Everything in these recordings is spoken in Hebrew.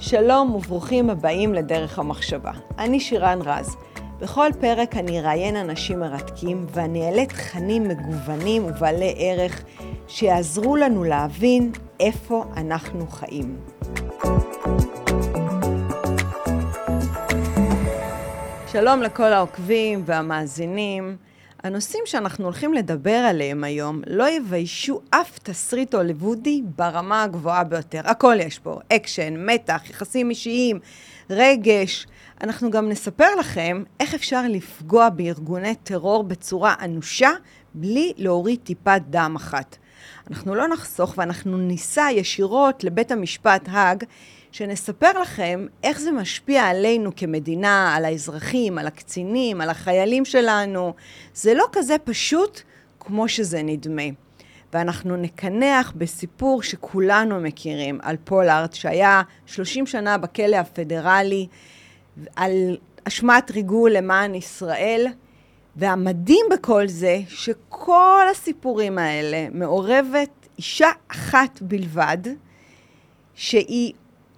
שלום וברוכים הבאים לדרך המחשבה. אני שירן רז. בכל פרק אני אראיין אנשים מרתקים ואני אעלה תכנים מגוונים ובעלי ערך שיעזרו לנו להבין איפה אנחנו חיים. שלום לכל העוקבים והמאזינים. הנושאים שאנחנו הולכים לדבר עליהם היום לא יביישו אף תסריט הוליוודי ברמה הגבוהה ביותר. הכל יש פה, אקשן, מתח, יחסים אישיים, רגש. אנחנו גם נספר לכם איך אפשר לפגוע בארגוני טרור בצורה אנושה בלי להוריד טיפת דם אחת. אנחנו לא נחסוך ואנחנו ניסע ישירות לבית המשפט האג, שנספר לכם איך זה משפיע עלינו כמדינה, על האזרחים, על הקצינים, על החיילים שלנו. זה לא כזה פשוט כמו שזה נדמה. ואנחנו נקנח בסיפור שכולנו מכירים על פולארד, שהיה 30 שנה בכלא הפדרלי, על אשמת ריגול למען ישראל. והמדהים בכל זה שכל הסיפורים האלה מעורבת אישה אחת בלבד, שהיא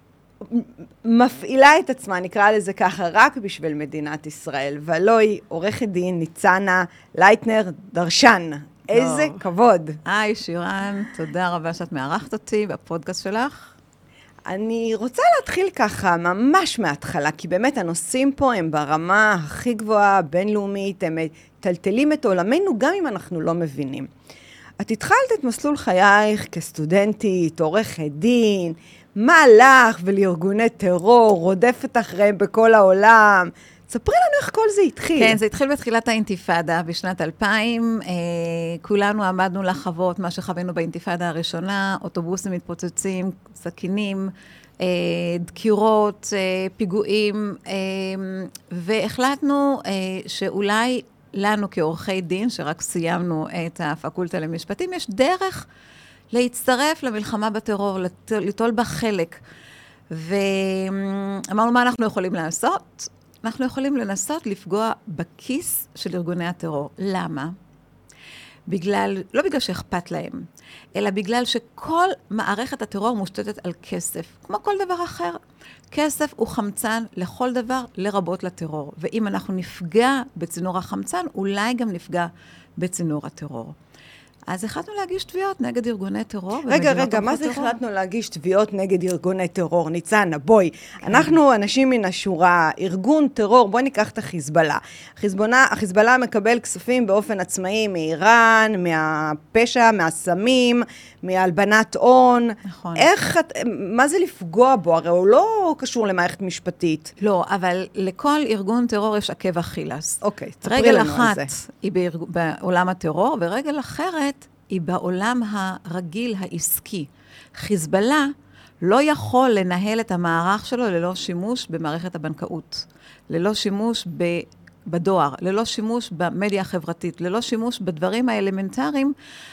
מפעילה את עצמה, נקרא לזה ככה, רק בשביל מדינת ישראל, ולא היא עורכת דין ניצנה לייטנר דרשן. איזה כבוד. היי שירן, תודה רבה שאת מארחת אותי בפודקאסט שלך. אני רוצה להתחיל ככה ממש מההתחלה, כי באמת הנושאים פה הם ברמה הכי גבוהה, בינלאומית, הם טלטלים את עולמנו גם אם אנחנו לא מבינים. את התחלת את מסלול חייך כסטודנטית, עורכת דין, מה לך ולארגוני טרור, רודפת אחריהם בכל העולם. ספרי לנו איך כל זה התחיל. כן, זה התחיל בתחילת האינתיפאדה בשנת 2000. כולנו עמדנו לחוות מה שחווינו באינתיפאדה הראשונה, אוטובוסים מתפוצצים, סכינים, דקירות, פיגועים, והחלטנו שאולי לנו כעורכי דין, שרק סיימנו את הפקולטה למשפטים, יש דרך להצטרף למלחמה בטרור, ליטול בה חלק. ואמרנו מה אנחנו יכולים לעשות? אנחנו יכולים לנסות לפגוע בכיס של ארגוני הטרור. למה? לא בגלל שאכפת להם, אלא בגלל שכל מערכת הטרור מושתתת על כסף, כמו כל דבר אחר. כסף הוא חמצן לכל דבר, לרבות לטרור. ואם אנחנו נפגע בצינור החמצן, אולי גם נפגע בצינור הטרור. אז החלטנו להגיש תביעות נגד ארגוני טרור. רגע, מה זה החלטנו להגיש תביעות נגד ארגוני טרור? ניצנה, בואי. אנחנו אנשים מן השורה, ארגון טרור, בואי ניקח את החיזבאללה. החיזבאללה מקבל כספים באופן עצמאי מאיראן, מהפשע, מהסמים, מהלבנת הון. נכון. מה זה לפגוע בו? הרי הוא לא קשור למערכת משפטית. לא, אבל לכל ארגון טרור יש עקב אכילס. אוקיי, תספרי לנו על זה. רגל אחת היא בעולם הטרור, ורגל אחרת היא בעולם הרגיל העסקי. חיזבאללה לא יכול לנהל את המערך שלו ללא שימוש במערכת הבנקאות, ללא שימוש בדואר, ללא שימוש במדיה החברתית, ללא שימוש בדברים האלמנטריים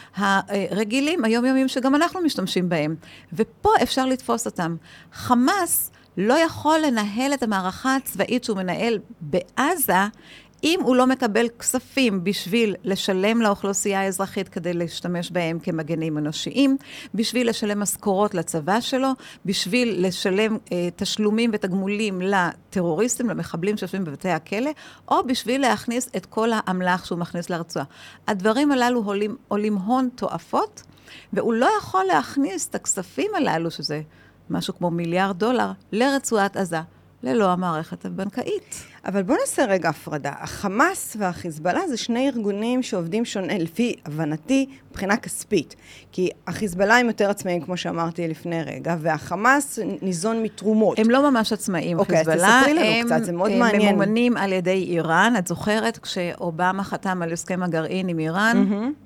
הרגילים, היומיומיים שגם אנחנו משתמשים בהם. ופה אפשר לתפוס אותם. חמאס לא יכול לנהל את המערכה הצבאית שהוא מנהל בעזה, אם הוא לא מקבל כספים בשביל לשלם לאוכלוסייה האזרחית כדי להשתמש בהם כמגנים אנושיים, בשביל לשלם משכורות לצבא שלו, בשביל לשלם תשלומים ותגמולים לטרוריסטים, למחבלים שיושבים בבתי הכלא, או בשביל להכניס את כל האמל"ח שהוא מכניס לרצועה. הדברים הללו עולים הון תועפות, והוא לא יכול להכניס את הכספים הללו, שזה משהו כמו $1 מיליארד, לרצועת עזה. ללא המערכת הבנקאית. אבל בוא נעשה רגע הפרדה. החמאס והחיזבאללה זה שני ארגונים שעובדים שונה, לפי הבנתי, מבחינה כספית. כי החיזבאללה הם יותר עצמאיים, כמו שאמרתי לפני רגע, והחמאס ניזון מתרומות. הם לא ממש עצמאים. אוקיי, אז תספרי לנו קצת, זה מאוד מעניין. הם ממומנים על ידי איראן. את זוכרת, כשאובמה חתם על הסכם הגרעין עם איראן,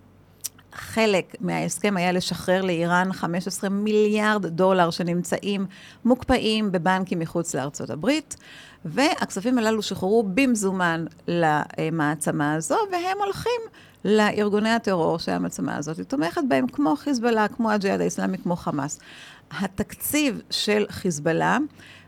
חלק מההסכם היה לשחרר לאיראן $15 מיליארד שנמצאים מוקפאים בבנקים מחוץ לארצות הברית, והכספים הללו שחררו במזומן למעצמה הזו, והם הולכים לארגוני הטרור שהמעצמה הזאת תומכת בהם, כמו חיזבאללה, כמו הג'יהאד האסלאמי, כמו חמאס. התקציב של חיזבאללה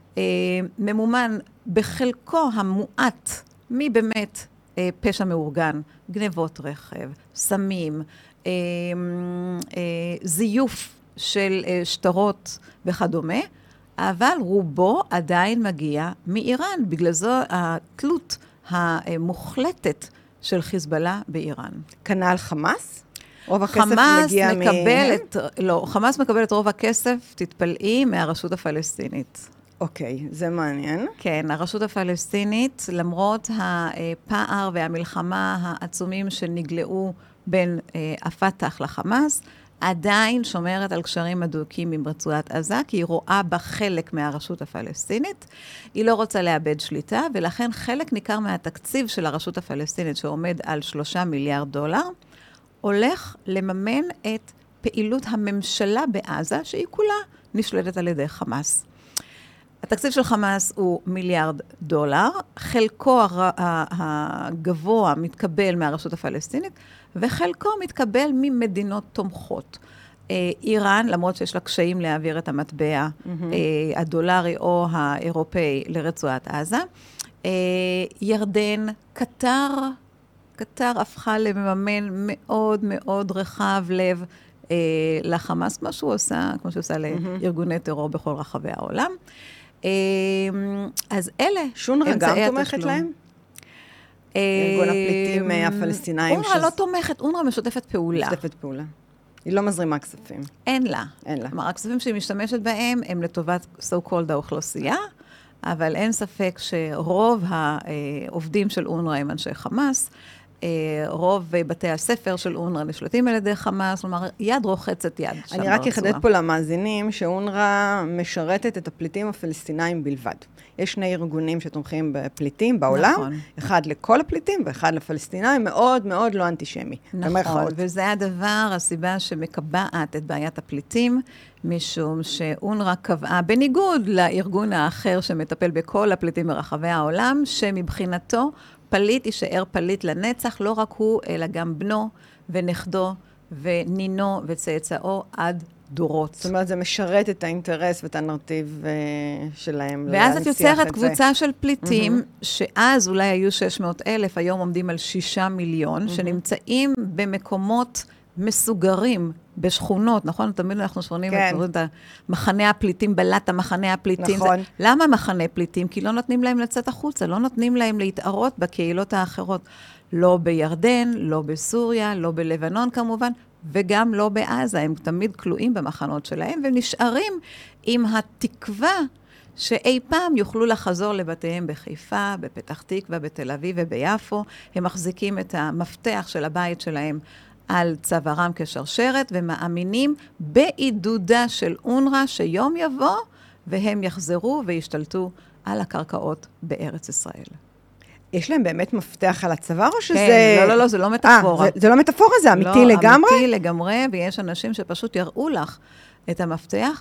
ממומן בחלקו המועט מבאמת פשע מאורגן, גנבות רכב, סמים, זיוף של שטרות וכדומה, אבל רובו עדיין מגיע מאיראן, בגלל זו התלות המוחלטת של חיזבאללה באיראן. כנ"ל חמאס? רוב הכסף מגיע חמאס מקבל את רוב הכסף, תתפלאי, מהרשות הפלסטינית. אוקיי, זה מעניין. כן, הרשות הפלסטינית, למרות הפער והמלחמה העצומים שנגלעו בין הפתח לחמאס, עדיין שומרת על קשרים הדוקים עם רצועת עזה, כי היא רואה בה חלק מהרשות הפלסטינית. היא לא רוצה לאבד שליטה, ולכן חלק ניכר מהתקציב של הרשות הפלסטינית, שעומד על 3 מיליארד דולר, הולך לממן את פעילות הממשלה בעזה, שהיא כולה נשלטת על ידי חמאס. התקציב של חמאס הוא מיליארד דולר, חלקו הגבוה מתקבל מהרשות הפלסטינית, וחלקו מתקבל ממדינות תומכות. איראן, למרות שיש לה קשיים להעביר את המטבע הדולרי או האירופאי לרצועת עזה, ירדן, קטר הפכה למממן מאוד מאוד רחב לב לחמאס, כמו שהוא עושה לארגוני טרור בכל רחבי העולם. אז אלה שונרה גם תומכת להם? ארגון הפליטים הפלסטינאים. אונר"א לא תומכת, אונר"א משותפת פעולה. משותפת פעולה. היא לא מזרימה כספים. אין לה. אין לה. כלומר, הכספים שהיא משתמשת בהם הם לטובת so called האוכלוסייה, אבל אין ספק שרוב העובדים של אונר"א הם אנשי חמאס, רוב בתי הספר של אונר"א נשלטים על ידי חמאס, כלומר, יד רוחצת יד שם ברצועה. אני רק אחדד פה למאזינים שאונר"א משרתת את הפליטים הפלסטינאים בלבד. יש 2 ארגונים שתומכים בפליטים בעולם, נכון. אחד לכל הפליטים ואחד לפלסטינאים, מאוד מאוד לא אנטישמי. נכון, וזה הדבר, הסיבה שמקבעת את בעיית הפליטים, משום שאונר"א קבעה, בניגוד לארגון האחר שמטפל בכל הפליטים ברחבי העולם, שמבחינתו פליט יישאר פליט לנצח, לא רק הוא, אלא גם בנו ונכדו ונינו וצאצאו עד דורות. זאת אומרת, זה משרת את האינטרס ואת הנרטיב שלהם. ואז את יוצרת קבוצה של פליטים, שאז אולי היו 600,000, היום עומדים על 6 מיליון, שנמצאים במקומות מסוגרים, בשכונות, נכון? תמיד אנחנו שכונים, קוראים את מחנה הפליטים, בלט המחנה הפליטים. נכון. למה מחנה פליטים? כי לא נותנים להם לצאת החוצה, לא נותנים להם להתערות בקהילות האחרות. לא בירדן, לא בסוריה, לא בלבנון כמובן, וגם לא בעזה. הם תמיד כלואים במחנות שלהם, ונשארים עם התקווה שאי פעם יוכלו לחזור לבתיהם בחיפה, בפתח תקווה, בתל אביב וביפו. הם מחזיקים את המפתח של הבית שלהם על צווארם כשרשרת, ומאמינים בעידודה של אונר"א שיום יבוא, והם יחזרו וישתלטו על הקרקעות בארץ ישראל. יש להם באמת מפתח על הצוואר, או שזה... כן, לא, זה לא מטאפורה. זה לא מטאפורה, זה אמיתי לגמרי? לא, אמיתי לגמרי, ויש אנשים שפשוט יראו לך את המפתח.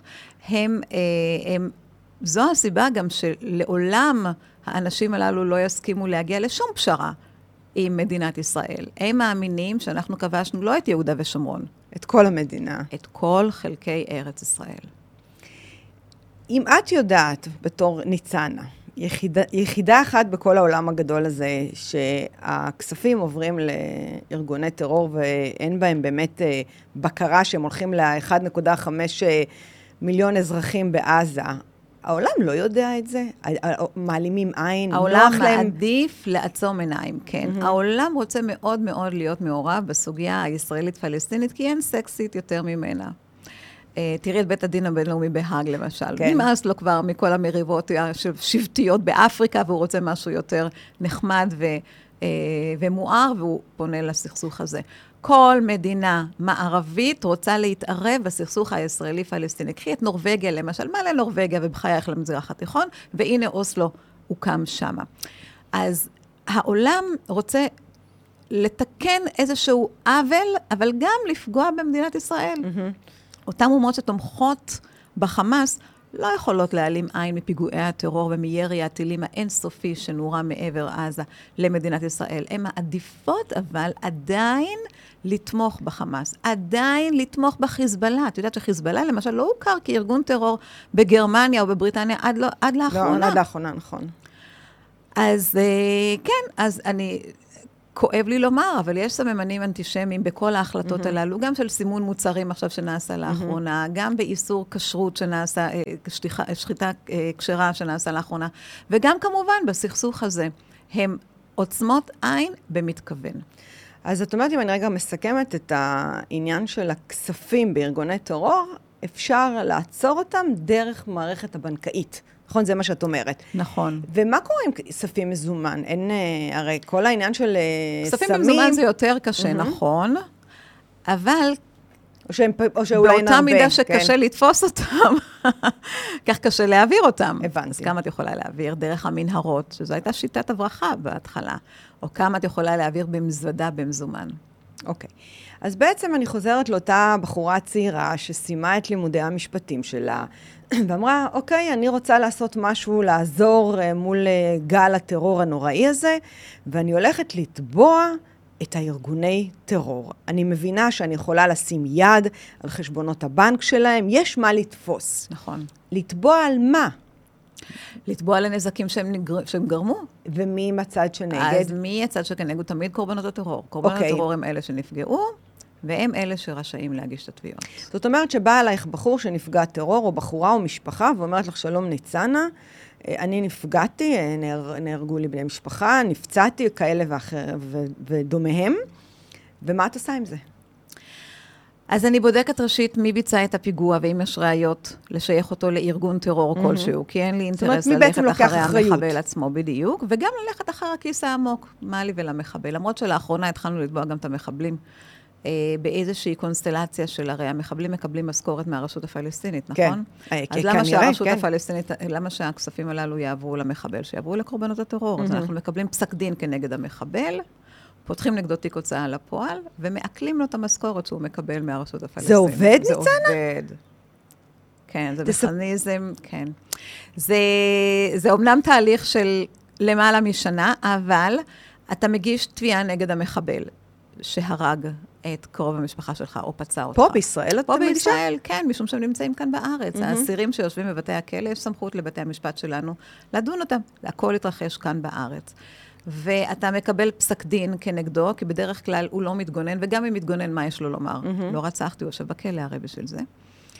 זו הסיבה גם שלעולם האנשים הללו לא יסכימו להגיע לשום פשרה עם מדינת ישראל. הם מאמינים שאנחנו כבשנו לא את יהודה ושומרון. את כל המדינה. את כל חלקי ארץ ישראל. אם את יודעת, בתור ניצנה, יחידה אחת בכל העולם הגדול הזה, שהכספים עוברים לארגוני טרור, ואין בהם באמת בקרה שהם הולכים ל-1.5 מיליון אזרחים בעזה, העולם לא יודע את זה? מעלימים עין? העולם מעדיף לעצום עיניים, כן. העולם רוצה מאוד מאוד להיות מעורב בסוגיה הישראלית-פלסטינית, כי אין סקסית יותר ממנה. תראי את בית הדין הבינלאומי בהאג, למשל. נמאס לו כבר מכל המריבות שבטיות באפריקה, והוא רוצה משהו יותר נחמד ומואר, והוא פונה לסכסוך הזה. כל מדינה מערבית רוצה להתערב בסכסוך הישראלי-פלסטיני. קחי את נורווגיה, למשל, מה לנורווגיה ובחייך למזרח התיכון, והנה אוסלו הוקם שמה. אז העולם רוצה לתקן איזשהו עוול, אבל גם לפגוע במדינת ישראל. אותם אומות שתומכות בחמאס לא יכולות להעלים עין מפיגועי הטרור ומירי הטילים האינסופי שנורה מעבר עזה למדינת ישראל. הן מעדיפות אבל עדיין לתמוך בחמאס, עדיין לתמוך בחיזבאללה. את יודעת שחיזבאללה למשל לא הוכר כארגון טרור בגרמניה או בבריטניה עד לאחרונה. לא, עד לאחרונה, נכון. אז כן, אז אני... כואב לי לומר, אבל יש סממנים אנטישמיים בכל ההחלטות הללו, גם של סימון מוצרים עכשיו שנעשה לאחרונה, גם באיסור כשרות שנעשה, שחיטה כשרה שנעשה לאחרונה, וגם כמובן בסכסוך הזה. הם עוצמות עין במתכוון. אז את אומרת, אם אני רגע מסכמת את העניין של הכספים בארגוני טרור, אפשר לעצור אותם דרך מערכת הבנקאית. נכון? זה מה שאת אומרת. נכון. ומה קורה עם כספים מזומן? אין, הרי כל העניין של כספים סמים... מזומן זה יותר קשה, נכון, אבל... או שאולי נרבה. באותה מידה שקשה לתפוס אותם, כך קשה להעביר אותם. הבנתי. אז כמה את יכולה להעביר דרך המנהרות, שזו הייתה שיטת הברחה בהתחלה, או כמה את יכולה להעביר במזוודה במזומן. אוקיי. אז בעצם אני חוזרת לאותה בחורה צעירה שסיימה את לימודי המשפטים שלה, ואמרה, אוקיי, אני רוצה לעשות משהו, לעזור מול גל הטרור הנוראי הזה, ואני הולכת לתבוע את הארגוני טרור. אני מבינה שאני יכולה לשים יד על חשבונות הבנק שלהם, יש מה לתפוס. נכון. לתבוע על מה? לתבוע לנזקים שהם גרמו. ומי מצד שנגד? אז מי הצד שכנגד הוא תמיד קורבנות הטרור. קורבנות הטרור הם אלה שנפגעו, והם אלה שרשאים להגיש את התביעות. זאת אומרת שבא עלייך בחור שנפגע טרור, או בחורה או משפחה, ואומרת לך, שלום ניצנה, אני נפגעתי, נהרגו לי בני משפחה, נפצעתי כאלה ודומיהם, ומה את עושה עם זה? אז אני בודקת ראשית מי ביצע את הפיגוע, ואם יש ראיות לשייך אותו לארגון טרור כלשהו, כי אין לי אינטרס ללכת אחרי המחבל עצמו בדיוק, וגם ללכת אחר הכיס העמוק, מה לי ולמחבל. למרות שלאחרונה התחלנו לתבוע גם את המחבלים, באיזושהי קונסטלציה של הרי המחבלים מקבלים משכורת מהרשות הפלסטינית, נכון? כן. אז למה שהרשות הפלסטינית, למה שהכספים הללו יעברו למחבל, שיעברו לקורבנות הטרור? אז אנחנו מקבלים פסק דין כנגד המחבל, פותחים נגדו תיק הוצאה לפועל, ומעקלים לו את המשכורת שהוא מקבל מהרשות הפלסטינית. זה עובד, ניצנה? זה עובד. כן, זה מכניזם, כן. זה אומנם תהליך של למעלה משנה, אבל אתה מגיש תביעה נגד המחבל, שהרג את קרוב המשפחה שלך, או פצע אותך. פה בישראל? פה בישראל, כן, משום שהם נמצאים כאן בארץ. האסירים שיושבים בבתי הכלא, יש סמכות לבתי המשפט שלנו לדון אותם. הכל יתרחש כאן בארץ. ואתה מקבל פסק דין כנגדו, כי בדרך כלל הוא לא מתגונן, וגם אם מתגונן, מה יש לו לומר? לא רצחתי, הוא יושב בכלא הרי בשביל זה.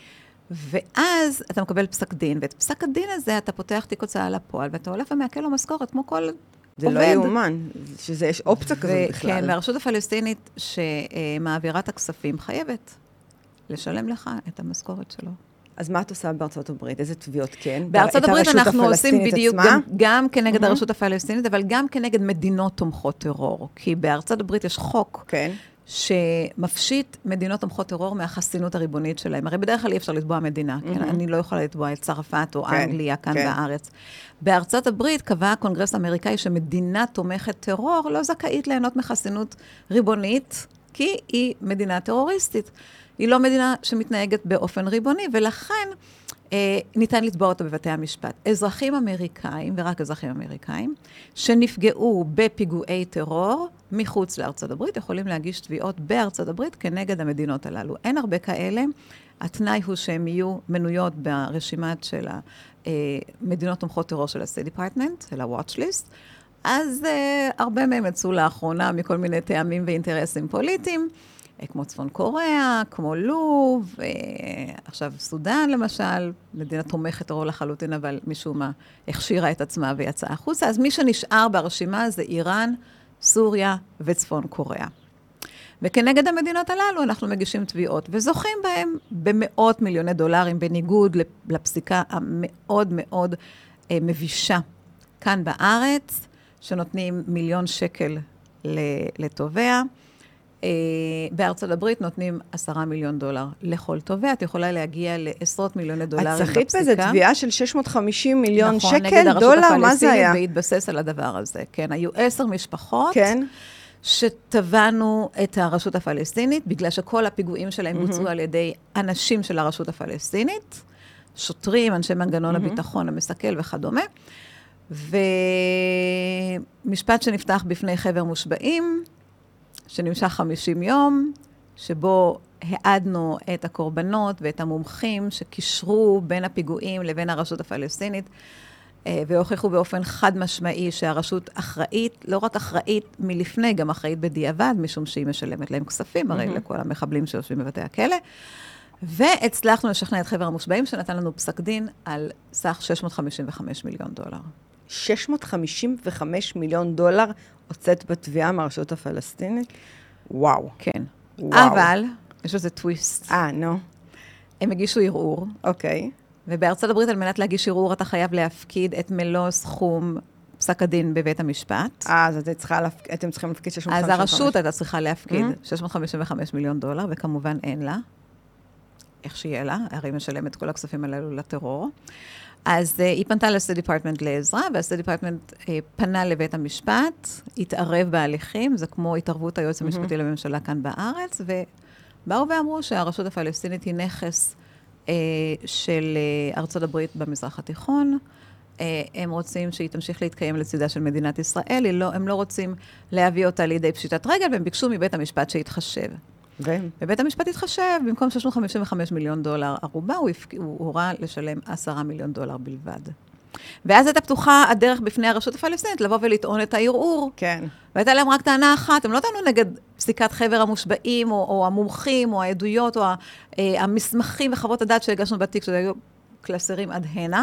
ואז אתה מקבל פסק דין, ואת פסק הדין הזה אתה פותח תיק הוצאה לפועל, ואתה הולך ומעקל לו משכורת, כמו כל זה לא יאומן, שיש אופציה כזאת בכלל. כן, והרשות הפלסטינית שמעבירה את הכספים חייבת לשלם לך את המשכורת שלו. אז מה את עושה בארצות הברית? איזה תביעות כן? בארצות הברית אנחנו עושים בדיוק גם כנגד הרשות הפלסטינית, אבל גם כנגד מדינות תומכות טרור. כי בארצות הברית יש חוק שמפשיט מדינות תומכות טרור מהחסינות הריבונית שלהם. הרי בדרך כלל אי אפשר לתבוע מדינה. אני לא יכולה לתבוע את צרפת או אנגליה כאן בארץ. בארצות הברית קבע הקונגרס האמריקאי שמדינה תומכת טרור לא זכאית ליהנות מחסינות ריבונית, כי היא מדינה טרוריסטית. היא לא מדינה שמתנהגת באופן ריבוני, ולכן ניתן לתבוע אותו בבתי המשפט. אזרחים אמריקאים, ורק אזרחים אמריקאים, שנפגעו בפיגועי טרור מחוץ לארצות הברית, יכולים להגיש תביעות בארצות הברית כנגד המדינות הללו. אין הרבה כאלה. התנאי הוא שהן יהיו מנויות ברשימת של המדינות תומכות טרור של ה-State Department, של ה-Watch List. אז הרבה מהם יצאו לאחרונה מכל מיני טעמים ואינטרסים פוליטיים, כמו צפון קוריאה, כמו לוב, עכשיו סודן למשל, מדינה תומכת טרור לחלוטין, אבל משום מה הכשירה את עצמה ויצאה החוצה. אז מי שנשאר ברשימה זה איראן, סוריה וצפון קוריאה. וכנגד המדינות הללו אנחנו מגישים תביעות, וזוכים בהם במאות מיליוני דולרים, בניגוד לפסיקה המאוד מאוד מבישה כאן בארץ, שנותנים $1,000,000 לתובע. בארצות הברית נותנים $10 מיליון לכל תובע. את יכולה להגיע לעשרות מיליוני דולרים בפסיקה. את זכית בזה תביעה של 650 מיליון שקל, נכון, נגד דולר, הרשות מה זה היה? והתבסס על הדבר הזה. כן, היו 10 משפחות. כן. שטבענו את הרשות הפלסטינית, בגלל שכל הפיגועים שלהם בוצעו על ידי אנשים של הרשות הפלסטינית, שוטרים, אנשי מנגנון הביטחון, המסכל וכדומה. ומשפט שנפתח בפני חבר מושבעים, שנמשך 50 יום, שבו העדנו את הקורבנות ואת המומחים שקישרו בין הפיגועים לבין הרשות הפלסטינית. והוכיחו באופן חד משמעי שהרשות אחראית, לא רק אחראית מלפני, גם אחראית בדיעבד, משום שהיא משלמת להם כספים, הרי לכל המחבלים שיושבים בבתי הכלא. והצלחנו לשכנע את חבר המושבעים, שנתן לנו פסק דין על סך $655 מיליון. $655 מיליון הוצאת בתביעה מהרשות הפלסטינית? וואו. כן. וואו. אבל, יש לזה טוויסט. נו. הם הגישו ערעור. אוקיי. ובארצות הברית, על מנת להגיש ערעור, אתה חייב להפקיד את מלוא סכום פסק הדין בבית המשפט. אז אתם צריכים להפקיד 655. אז הרשות הייתה צריכה להפקיד $655 מיליון, וכמובן אין לה. איך שיהיה לה, הרי משלמת כל הכספים הללו לטרור. אז היא פנתה לסטייט דיפרטמנט לעזרה, והסטייט דיפרטמנט פנה לבית המשפט, התערב בהליכים, זה כמו התערבות היועץ המשפטי לממשלה כאן בארץ, ובאו ואמרו שהרשות הפלסטינית היא נכס של ארצות הברית במזרח התיכון, הם רוצים שהיא תמשיך להתקיים לצידה של מדינת ישראל, הם לא רוצים להביא אותה לידי פשיטת רגל, והם ביקשו מבית המשפט שיתחשב. ובית המשפט התחשב, במקום $655 מיליון ערובה, הוא הורה לשלם $10 מיליון בלבד. ואז הייתה פתוחה הדרך בפני הרשות הפלסטינית לבוא ולטעון את הערעור. כן. והייתה להם רק טענה אחת, הם לא טענו נגד פסיקת חבר המושבעים, או המומחים, או העדויות, או המסמכים וחוות הדת שהגשנו בתיק, שזה היו קלסרים עד הנה.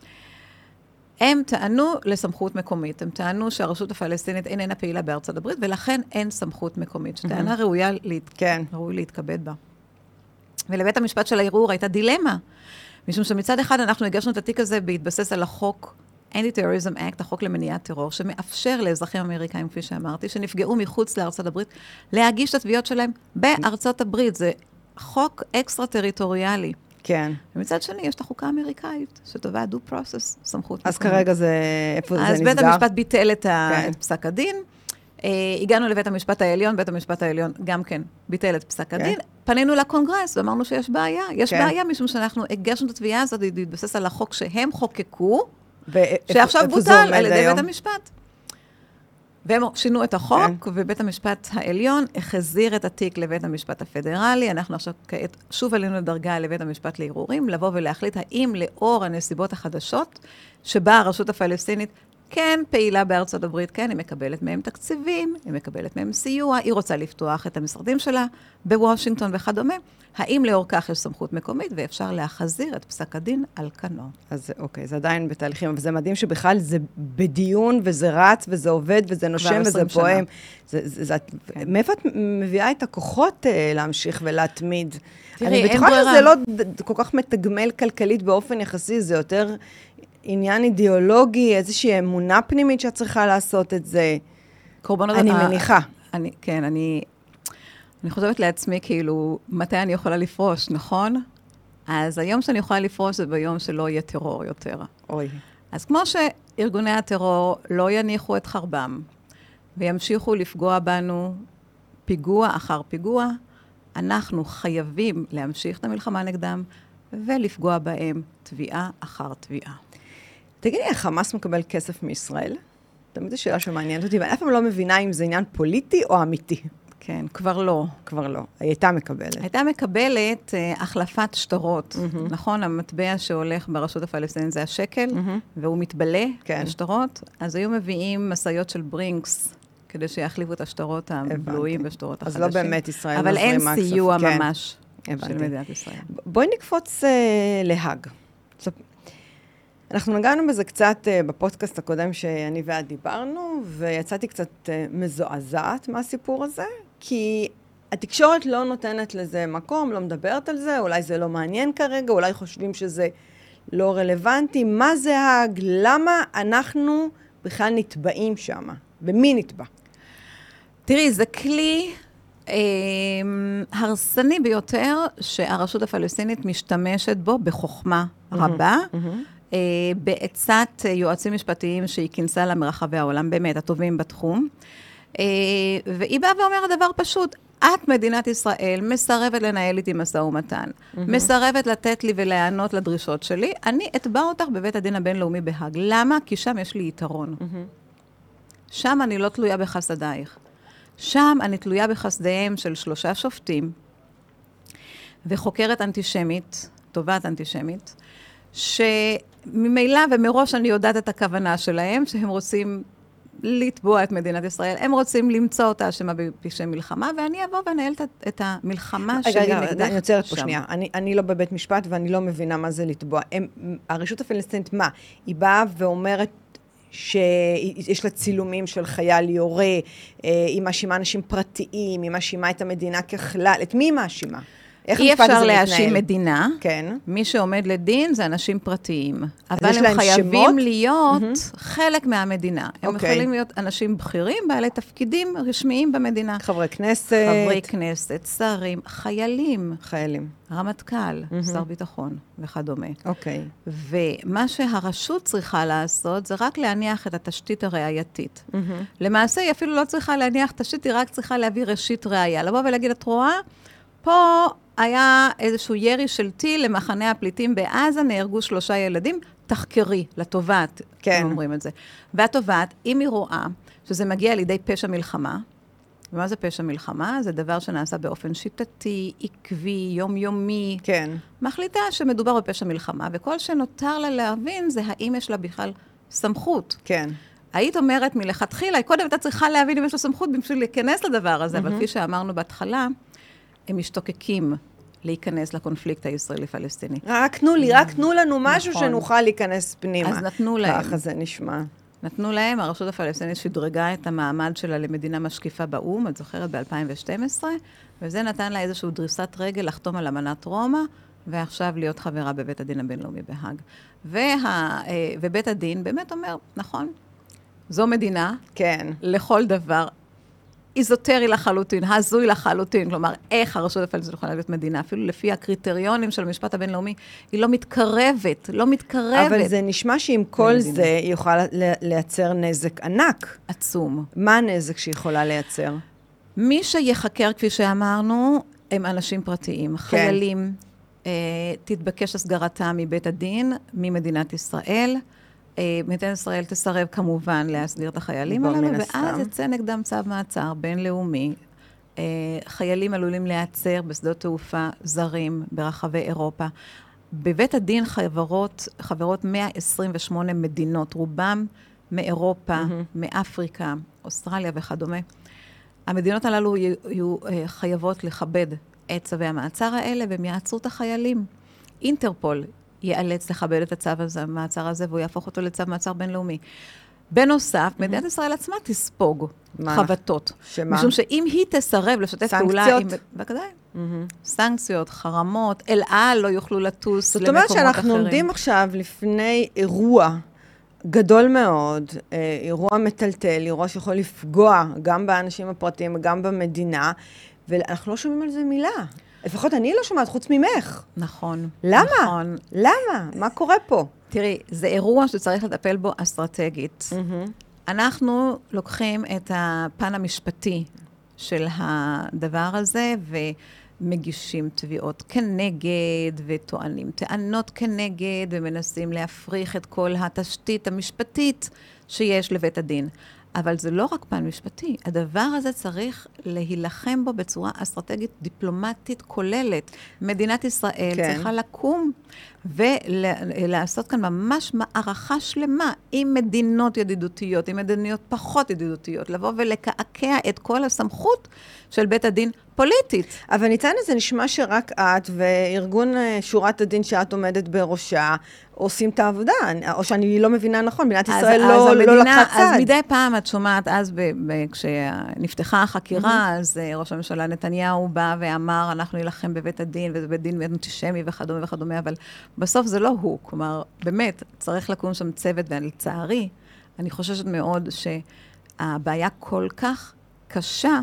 הם טענו לסמכות מקומית. הם טענו שהרשות הפלסטינית איננה פעילה בארצות הברית, ולכן אין סמכות מקומית, שטענה ראוי להתכבד בה. ולבית המשפט של הערעור הייתה דילמה, משום שמצד אחד אנחנו הגשנו את התיק הזה בהתבסס על החוק Anti-Terrorism Act, החוק למניעת טרור, שמאפשר לאזרחים אמריקאים, כפי שאמרתי, שנפגעו מחוץ לארצות הברית, להגיש את התביעות שלהם בארצות הברית. זה חוק אקסטרה-טריטוריאלי. כן. ומצד שני, יש את החוקה האמריקאית, שטובה due process, סמכות. אז כרגע איפה זה נסגר? אז בית המשפט ביטל את פסק הדין. הגענו לבית המשפט העליון, בית המשפט העליון גם כן ביטל את פסק הדין. פנינו לקונגרס ואמרנו שיש בעיה. יש בעיה משום שאנחנו הגשנו את התביעה הזאת, להתבסס על החוק שהם חוקקו, שעכשיו בוטל על ידי בית המשפט. והם שינו את החוק, ובית המשפט העליון החזיר את התיק לבית המשפט הפדרלי. אנחנו עכשיו כעת שוב עלינו לדרגה לבית המשפט לערעורים, לבוא ולהחליט האם לאור הנסיבות החדשות, שבה הרשות הפלסטינית כן פעילה בארצות הברית, כן, היא מקבלת מהם תקציבים, היא מקבלת מהם סיוע, היא רוצה לפתוח את המשרדים שלה בוושינגטון וכדומה. האם לאור כך יש סמכות מקומית, ואפשר להחזיר את פסק הדין על כנו. אז אוקיי, זה עדיין בתהליכים, אבל זה מדהים שבכלל זה בדיון, וזה רץ, וזה עובד, וזה נושם, וזה פועם. מאיפה את מביאה את הכוחות להמשיך ולהתמיד? אני בטוחה שזה לא כל כך מתגמל כלכלית באופן יחסי, זה יותר עניין אידיאולוגי, איזושהי אמונה פנימית שאת צריכה לעשות את זה. אני מניחה. כן, אני חושבת לעצמי, כאילו, מתי אני יכולה לפרוש, נכון? אז היום שאני יכולה לפרוש זה ביום שלא יהיה טרור יותר. אוי. אז כמו שארגוני הטרור לא יניחו את חרבם, וימשיכו לפגוע בנו פיגוע אחר פיגוע, אנחנו חייבים להמשיך את המלחמה נגדם, ולפגוע בהם תביעה אחר תביעה. תגידי, החמאס מקבל כסף מישראל? תמיד זו שאלה שמעניינת אותי, ואני אף פעם לא מבינה אם זה עניין פוליטי או אמיתי. כן, כבר לא. כבר לא. היא הייתה מקבלת. הייתה מקבלת החלפת שטרות. נכון, המטבע שהולך ברשות הפלסטינית זה השקל, והוא מתבלה בשטרות. אז היו מביאים מסעיות של ברינקס, כדי שיחליפו את השטרות הבלויים בשטרות החדשים. אז לא באמת ישראל אבל אין סיוע ממש של מדינת ישראל. בואי נקפוץ להאג. אנחנו נגענו בזה קצת בפודקאסט הקודם שאני ואת דיברנו, ויצאתי קצת מזועזעת מהסיפור הזה, כי התקשורת לא נותנת לזה מקום, לא מדברת על זה, אולי זה לא מעניין כרגע, אולי חושבים שזה לא רלוונטי. מה זה האג? למה אנחנו בכלל נתבעים שם? ומי נתבע? תראי, זה כלי הרסני ביותר שהרשות הפלסטינית משתמשת בו בחוכמה רבה, בעצת יועצים משפטיים שהיא כינסה לה מרחבי העולם, באמת, הטובים בתחום. והיא באה ואומרת דבר פשוט, את מדינת ישראל מסרבת לנהל איתי משא ומתן, מסרבת לתת לי ולענות לדרישות שלי, אני אתבע אותך בבית הדין הבינלאומי בהאג. למה? כי שם יש לי יתרון. שם אני לא תלויה בחסדייך. שם אני תלויה בחסדיהם של 3 שופטים, וחוקרת אנטישמית, תובעת אנטישמית, ממילא ומראש אני יודעת את הכוונה שלהם, שהם רוצים לתבוע את מדינת ישראל, הם רוצים למצוא אותה אשמה בפשעי מלחמה, ואני אבוא ואנהל את המלחמה שלי נגדך שם. אני עוצרת פה שנייה. אני לא בבית משפט, ואני לא מבינה מה זה לתבוע. הרשות הפלסטינית, מה? היא באה ואומרת שיש לה צילומים של חייל יורה, היא מאשימה אנשים פרטיים, היא מאשימה את המדינה ככלל. את מי היא מאשימה? אי אפשר להאשים מדינה. כן. מי שעומד לדין זה אנשים פרטיים. אבל הם חייבים להיות חלק מהמדינה. הם יכולים להיות אנשים בכירים, בעלי תפקידים רשמיים במדינה. חברי כנסת. חברי כנסת, שרים, חיילים. חיילים. רמטכ"ל, שר ביטחון וכדומה. אוקיי. ומה שהרשות צריכה לעשות, זה רק להניח את התשתית הראייתית. למעשה, היא אפילו לא צריכה להניח תשתית, היא רק צריכה להביא ראשית ראייה. לבוא ולהגיד, את רואה, פה היה איזשהו ירי של טיל למחנה הפליטים בעזה, נהרגו 3 ילדים, תחקרי, לתובעת, כן. הם אומרים את זה. והתובעת, אם היא רואה שזה מגיע לידי פשע מלחמה, ומה זה פשע מלחמה? זה דבר שנעשה באופן שיטתי, עקבי, יומיומי. כן. מחליטה שמדובר בפשע מלחמה, וכל שנותר לה להבין זה האם יש לה בכלל סמכות. כן. היית אומרת מלכתחילה, קודם הייתה צריכה להבין אם יש לה סמכות בשביל להיכנס לדבר הזה, אבל כפי שאמרנו בהתחלה, הם משתוקקים להיכנס לקונפליקט הישראלי-פלסטיני. רק תנו לנו משהו שנוכל להיכנס פנימה. אז נתנו להם. ככה זה נשמע. נתנו להם, הרשות הפלסטינית שדרגה את המעמד שלה למדינה משקיפה באום, את זוכרת ב-2012, וזה נתן לה איזושהי דריסת רגל לחתום על אמנת רומא, ועכשיו להיות חברה בבית הדין הבינלאומי בהאג. ובית הדין באמת אומר, נכון, זו מדינה, כן. לכל דבר, איזוטרי לחלוטין, הזוי לחלוטין, כלומר, איך הרשות הפלסטינית יכולה להיות מדינה, אפילו לפי הקריטריונים של המשפט הבינלאומי, היא לא מתקרבת. אבל זה נשמע שעם כל זה, היא יכולה לייצר נזק ענק. עצום. מה הנזק שהיא יכולה לייצר? מי שיחקר, כפי שאמרנו, הם אנשים פרטיים, חיילים, תתבקש הסגרתם מבית הדין, ממדינת ישראל, מדינת ישראל תסרב כמובן להסגיר את החיילים הללו, ואז יצא נגדם צו מעצר בינלאומי. חיילים עלולים להיעצר בשדות תעופה זרים ברחבי אירופה. בבית הדין חברות 128 מדינות, רובם מאירופה, מאפריקה, אוסטרליה וכדומה. המדינות הללו יהיו חייבות לכבד את צווי המעצר האלה, והם יעצרו את החיילים. אינטרפול ייאלץ לכבד את הצו המעצר הזה, והוא יהפוך אותו לצו מעצר בינלאומי. בנוסף, מדינת ישראל עצמה תספוג חבטות. שמה? משום שאם היא תסרב לשתף פעולה עם... סנקציות? בוודאי. סנקציות, חרמות, אל על לא יוכלו לטוס למקומות אחרים. זאת אומרת שאנחנו עומדים עכשיו לפני אירוע גדול מאוד, אירוע מטלטל, אירוע שיכול לפגוע גם באנשים הפרטיים וגם במדינה, ואנחנו לא שומעים על זה מילה. לפחות אני לא שומעת חוץ ממך. נכון. למה? נכון. למה? מה קורה פה? תראי, זה אירוע שצריך לטפל בו אסטרטגית. אנחנו לוקחים את הפן המשפטי של הדבר הזה, ומגישים תביעות כנגד, וטוענים טענות כנגד, ומנסים להפריך את כל התשתית המשפטית שיש לבית הדין. אבל זה לא רק פן משפטי, הדבר הזה צריך להילחם בו בצורה אסטרטגית, דיפלומטית, כוללת. מדינת ישראל צריכה לקום ולעשות כאן ממש מערכה שלמה עם מדינות ידידותיות, עם מדינות פחות ידידותיות, לבוא ולקעקע את כל הסמכות של בית הדין פוליטית. אבל ניצן, זה נשמע שרק את וארגון שורת הדין שאת עומדת בראשה, עושים את העבודה, או שאני לא מבינה נכון, מדינת ישראל לא לקחה צד. אז מדי פעם את שומעת, אז כשנפתחה החקירה, אז ראש הממשלה נתניהו בא ואמר, אנחנו נלחם בבית הדין, וזה בית דין אנטישמי וכדומה וכדומה, אבל בסוף זה לא הוא. כלומר, באמת, צריך לקום שם צוות, ולצערי, אני חוששת מאוד שהבעיה כל כך קשה,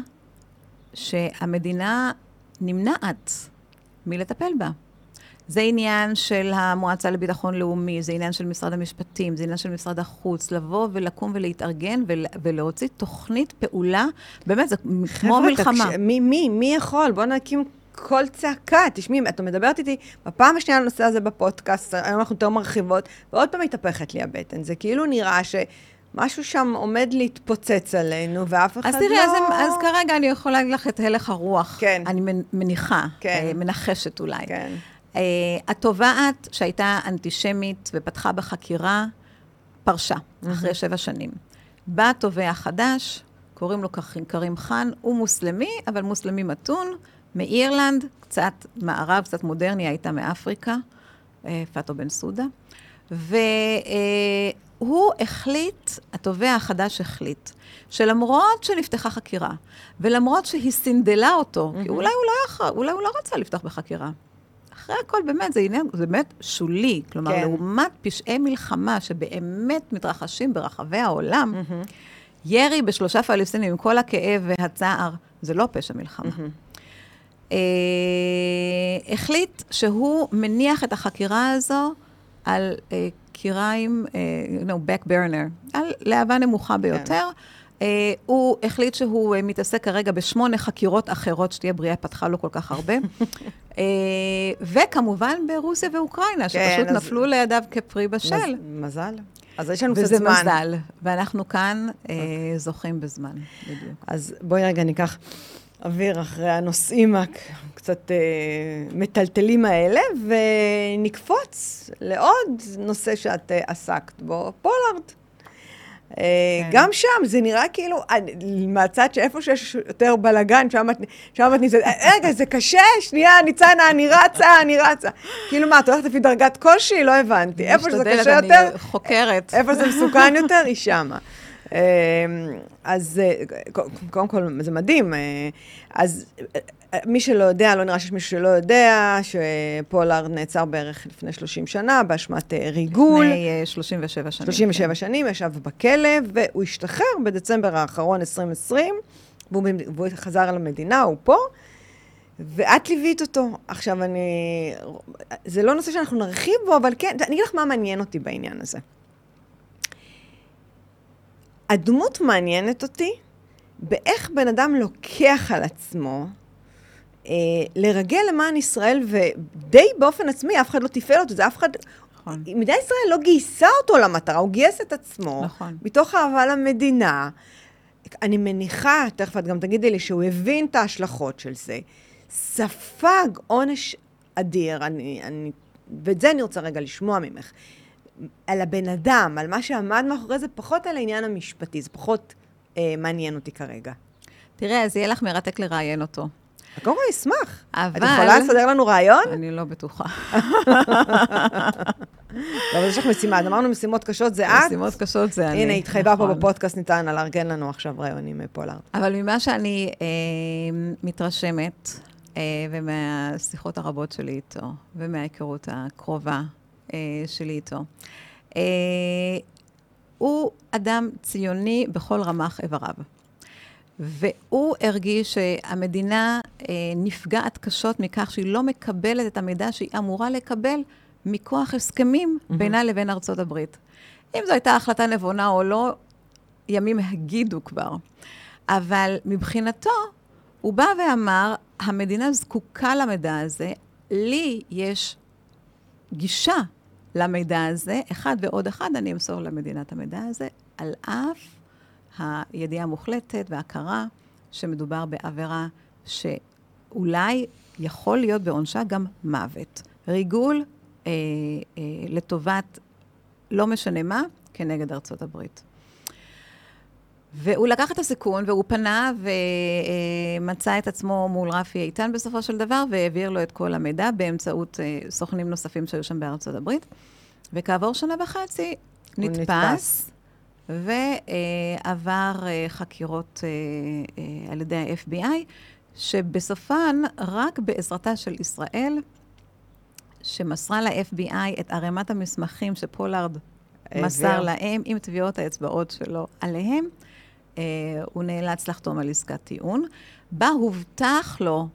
שהמדינה נמנעת מלטפל בה. זה עניין של המועצה לביטחון לאומי, זה עניין של משרד המשפטים, זה עניין של משרד החוץ, לבוא ולקום ולהתארגן ולהוציא תוכנית פעולה, באמת זה כמו מלחמה. מי יכול? בוא נקים כל צעקה. תשמעי, את מדברת איתי בפעם השנייה על הנושא הזה בפודקאסט, היום אנחנו יותר מרחיבות, ועוד פעם מתהפכת לי הבטן. זה כאילו נראה משהו שם עומד להתפוצץ עלינו, ואף אחד אז תראי, אז כרגע אני יכולה להגיד לך את הלך הרוח. כן. אני מניחה, כן. מנחשת אולי. כן. התובעת שהייתה אנטישמית ופתחה בחקירה, פרשה, אחרי 7 שנים. בא תובע חדש, קוראים לו כרים חאן, הוא מוסלמי, אבל מוסלמי מתון, מאירלנד, קצת מערב, קצת מודרני, הייתה מאפריקה, פאטו בן סודה. והוא החליט, התובע החדש החליט, שלמרות שנפתחה חקירה, ולמרות שהיא סינדלה אותו, כי אולי הוא לא רצה לפתוח בחקירה. אחרי הכל, באמת, זה באמת שולי. כלומר, לעומת פשעי מלחמה שבאמת מתרחשים ברחבי העולם, ירי ב3 פלסטינים עם כל הכאב והצער, זה לא פשע מלחמה. החליט שהוא מניח את החקירה הזו על קיריים, back burner, על להבה נמוכה ביותר. הוא החליט שהוא מתעסק כרגע ב8 חקירות אחרות, שתהיה בריאה, פתחה לו כל כך הרבה. וכמובן ברוסיה ואוקראינה, שפשוט נפלו לידיו כפרי בשל. מזל. אז יש לנו קצת זמן. וזה מזל, ואנחנו כאן זוכים בזמן, בדיוק. אז בואי רגע ניקח אוויר אחרי הנושאים הקצת מטלטלים האלה, ונקפוץ לעוד נושא שאת עסקת בו, פולארד. גם שם, זה נראה כאילו, מהצד שאיפה שיש יותר בלגן, שם את ניסית, רגע, זה קשה, שנייה, ניצנה, אני רצה. כאילו מה, את הולכת לפי דרגת קושי? לא הבנתי. איפה שזה קשה יותר, אני חוקרת. איפה זה מסוכן יותר, היא שמה. אז קודם כל, זה מדהים. אז מי שלא יודע, לא נראה שיש מישהו שלא יודע, שפולארד נעצר בערך לפני 30 שנה, באשמת ריגול. לפני 37 שנים. 37 שנים, ישב בכלא, והוא השתחרר בדצמבר האחרון 2020, והוא חזר למדינה, הוא פה, ואת ליווית אותו. עכשיו, זה לא נושא שאנחנו נרחיב בו, אבל כן, אני אגיד לך מה מעניין אותי בעניין הזה. הדמות מעניינת אותי, באיך בן אדם לוקח על עצמו, לרגל למען ישראל, ודי באופן עצמי, אף אחד לא תפעל אותו, זה אף אחד, נכון. מדינת ישראל לא גייסה אותו למטרה, הוא גייס את עצמו, נכון. מתוך אהבה למדינה. אני מניחה, תכף את גם תגידי לי, שהוא הבין את ההשלכות של זה, ספג עונש אדיר, ואת זה אני רוצה רגע לשמוע ממך, על הבן אדם, על מה שעמד מאחורי זה, פחות על העניין המשפטי, זה פחות מעניין אותי כרגע. תראה, אז יהיה לך מרתק לראיין אותו. קודם כל אשמח. אבל... את יכולה לסדר לנו רעיון? אני לא בטוחה. לא, אבל יש לך משימה. אמרנו משימות קשות זה את. משימות קשות זה אני. הנה, התחייבה פה בפודקאסט, ניתן לארגן לנו עכשיו רעיונים פולארד. אבל ממה שאני מתרשמת, ומהשיחות הרבות שלי איתו, ומההיכרות הקרובה שלי איתו, הוא אדם ציוני בכל רמ"ח איבריו. והוא הרגיש שהמדינה נפגעת קשות מכך שהיא לא מקבלת את המידע שהיא אמורה לקבל מכוח הסכמים בינה לבין ארצות הברית. אם זו הייתה החלטה נבונה או לא, ימים הגידו כבר. אבל מבחינתו, הוא בא ואמר, המדינה זקוקה למידע הזה, לי יש גישה למידע הזה, אחד ועוד אחד, אני אמסור למדינת המידע הזה, על אף הידיעה המוחלטת וההכרה שמדובר בעבירה שאולי יכול להיות בעונשה גם מוות. ריגול לטובת לא משנה מה, כנגד ארצות הברית. והוא לקח את הסיכון, והוא פנה ומצא את עצמו מול רפי איתן בסופו של דבר, והעביר לו את כל המידע באמצעות סוכנים נוספים שהיו שם בארצות הברית. וכעבור 1.5 שנה נתפס. ועבר חקירות על ידי ה-FBI, שבסופן רק בעזרתה של ישראל, שמסרה ל-FBI את ערימת המסמכים שפולארד מסר להם, עם טביעות האצבעות שלו עליהם, הוא נאלץ לחתום על עסקת טיעון, בה הובטח לו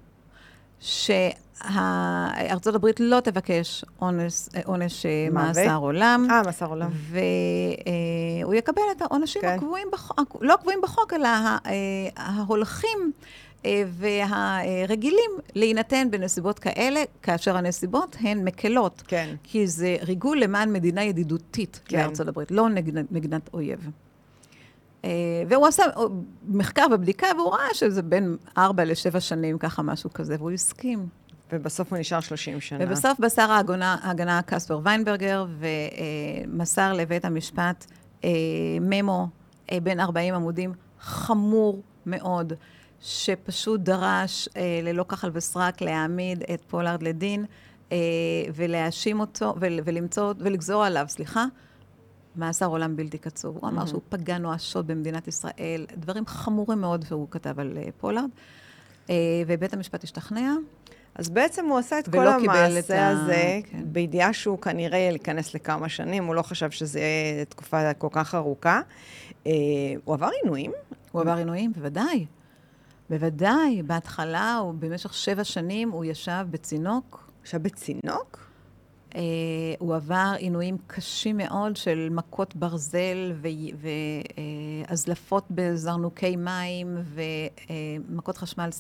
שארצות הברית לא תבקש עונש מאסר עולם. מאסר עולם. והוא יקבל את העונשים הקבועים בחוק, לא קבועים בחוק, אלא ההולכים והרגילים להינתן בנסיבות כאלה, כאשר הנסיבות הן מקלות. כן. כי זה ריגול למען מדינה ידידותית לארצות הברית, לא מדינת אויב. והוא עשה מחקר ובדיקה, והוא ראה שזה בין 4 ל-7 שנים, ככה משהו כזה, והוא הסכים. ובסוף הוא נשאר 30 שנה. ובסוף בשר ההגנה קספר ויינברגר, ומסר לבית המשפט ממו בין 40 עמודים, חמור מאוד, שפשוט דרש ללא כחל וסרק להעמיד את פולארד לדין, ולהאשים אותו, ולגזור עליו, מאסר עולם בלתי קצוב. הוא אמר שהוא פגע נואשות במדינת ישראל, דברים חמורים מאוד שהוא כתב על פולארד, ובית המשפט השתכנע. אז בעצם הוא עשה את כל המעשה הזה, בידיעה שהוא כנראה להיכנס לכמה שנים, הוא לא חשב שזה תקופה כל כך ארוכה. הוא עבר עינויים? הוא עבר עינויים, בוודאי. בוודאי. בהתחלה, במשך 7 שנים, הוא ישב בצינוק. ישב בצינוק? הוא עבר עינויים קשים מאוד של מכות ברזל והזלפות בזרנוקי מים ומכות חשמל,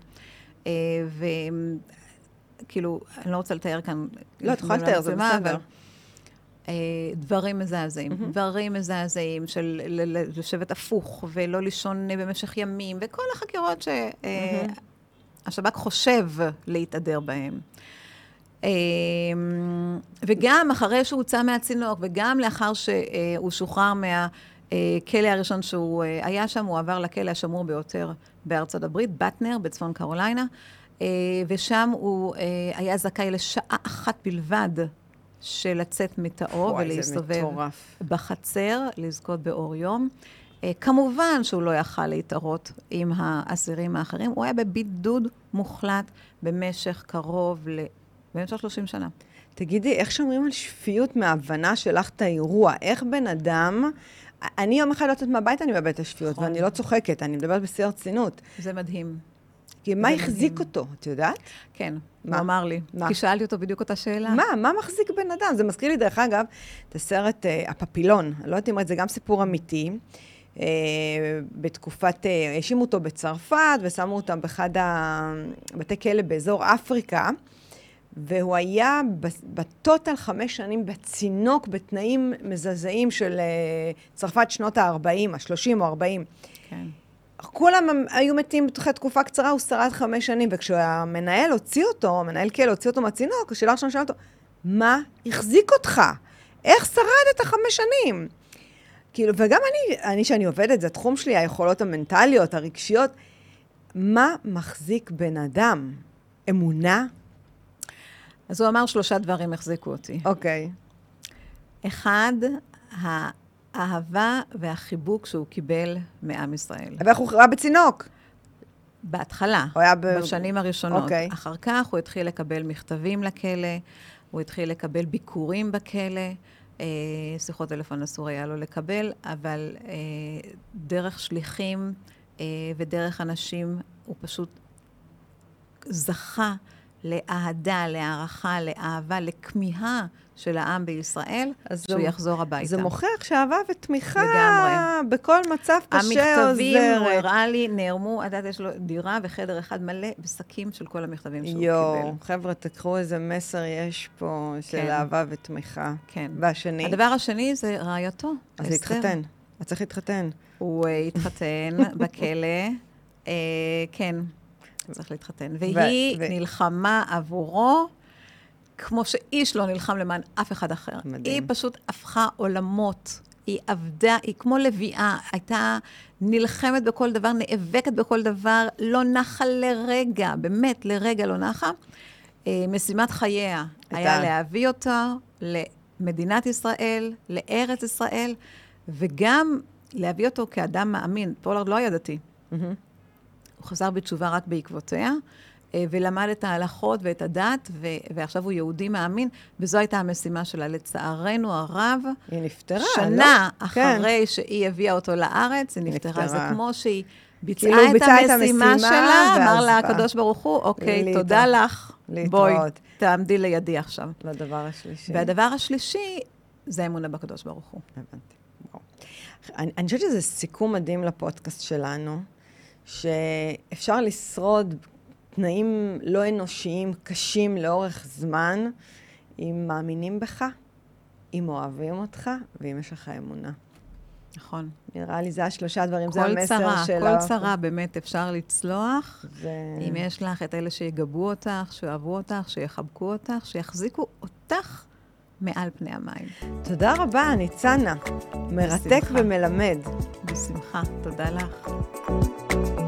וכאילו, אני לא רוצה לתאר כאן. לא, את יכולה לתאר, זה בסדר. דברים מזעזעים של לשבת הפוך ולא לישון במשך ימים, וכל החקירות שהשב"כ חושב להתעדר בהם. וגם אחרי שהוא הוצא מהצינוק, וגם לאחר שהוא שוחרר מהכלא הראשון שהוא היה שם, הוא עבר לכלא השמור ביותר בארצות הברית, בטנר, בצפון קרוליינה, ושם הוא היה זכאי לשעה אחת בלבד של לצאת מתאו ולהסתובב בחצר, לזכות באור יום. כמובן שהוא לא יכל להתערות עם האסירים האחרים, הוא היה בבידוד מוחלט במשך במשך 30 שנה. תגידי, איך שומרים על שפיות מההבנה שלך את האירוע? איך בן אדם, אני יום אחד יוצאת מהבית, אני מאבדת את השפיות, ואני לא צוחקת, אני מדברת בשיא הרצינות. זה מדהים. כי מה החזיק אותו, את יודעת? כן, הוא אמר לי. כי שאלתי אותו בדיוק אותה שאלה. מה מחזיק בן אדם? זה מזכיר לי, דרך אגב, את הסרט הפפילון. אני לא יודעת אם זה גם סיפור אמיתי. בתקופת, האשימו אותו בצרפת, ושמו אותם באחד הבתי כלא באזור אפריקה, והוא היה בטוטל 5 שנים בצינוק, בתנאים מזעזעים של צרפת שנות ה-40, ה-30 או 40. כן. כולם היו מתים בתוך תקופה קצרה, הוא שרד 5 שנים, וכשהמנהל הוציא אותו, המנהל כלא הוציא אותו מהצינוק, השאלה ראשונה שאלה אותו, מה החזיק אותך? איך שרדת 5 שנים? כאילו, וגם אני שאני עובדת, זה התחום שלי, היכולות המנטליות, הרגשיות, מה מחזיק בן אדם? אמונה? אז הוא אמר 3 דברים החזיקו אותי. אוקיי. 1, האהבה והחיבוק שהוא קיבל מעם ישראל. ואיך הוא היה בצינוק? בהתחלה, בשנים הראשונות. אוקיי. אחר כך הוא התחיל לקבל מכתבים לכלא, הוא התחיל לקבל ביקורים בכלא, שיחות טלפון אסור היה לו לקבל, אבל דרך שליחים ודרך אנשים הוא פשוט זכה לאהדה, להערכה, לאהבה, לכמיהה של העם בישראל, שהוא יחזור הביתה. זה מוכיח שאהבה ותמיכה לגמרי. בכל מצב קשה עוזרת. המכתבים, הוא הראה לי, נערמו, יש לו דירה וחדר אחד מלא בשקים של כל המכתבים שהוא קיבל. חבר'ה, תקחו איזה מסר יש פה של אהבה ותמיכה. כן. והשני? הדבר השני זה רעייתו. אז להתחתן. את צריך להתחתן. הוא התחתן בכלא. כן. צריך להתחתן. והיא נלחמה עבורו, כמו שאיש לא נלחם למען אף אחד אחר. מדהים. היא פשוט הפכה עולמות. היא עבדה, היא כמו לביאה, הייתה נלחמת בכל דבר, נאבקת בכל דבר, לא נחה לרגע, באמת לרגע לא נחה. משימת חייה היה להביא אותה למדינת ישראל, לארץ ישראל, וגם להביא אותו כאדם מאמין. פולארד לא היה דתי. הוא חזר בתשובה רק בעקבותיה, ולמד את ההלכות ואת הדת, ועכשיו הוא יהודי מאמין, וזו הייתה המשימה שלה. לצערנו הרב, היא נפטרה, שנה אחרי שהיא הביאה אותו לארץ, היא נפטרה. זה כמו שהיא ביצעה את המשימה שלה, אמר לה הקדוש ברוך הוא, אוקיי, תודה לך, בואי, תעמדי לידי עכשיו. לדבר השלישי. והדבר השלישי, זה אמונה בקדוש ברוך הוא. הבנתי. אני חושבת שזה סיכום מדהים לפודקאסט שלנו, שאפשר לשרוד תנאים לא אנושיים, קשים לאורך זמן, אם מאמינים בך, אם אוהבים אותך, ואם יש לך אמונה. נכון. נראה לי זה השלושה דברים, זה המסר של... כל צרה באמת אפשר לצלוח. זה... אם יש לך את אלה שיגבו אותך, שאוהבו אותך, שיחבקו אותך, שיחזיקו אותך מעל פני המים. תודה רבה, ניצנה. מרתק ומלמד. בשמחה. תודה לך.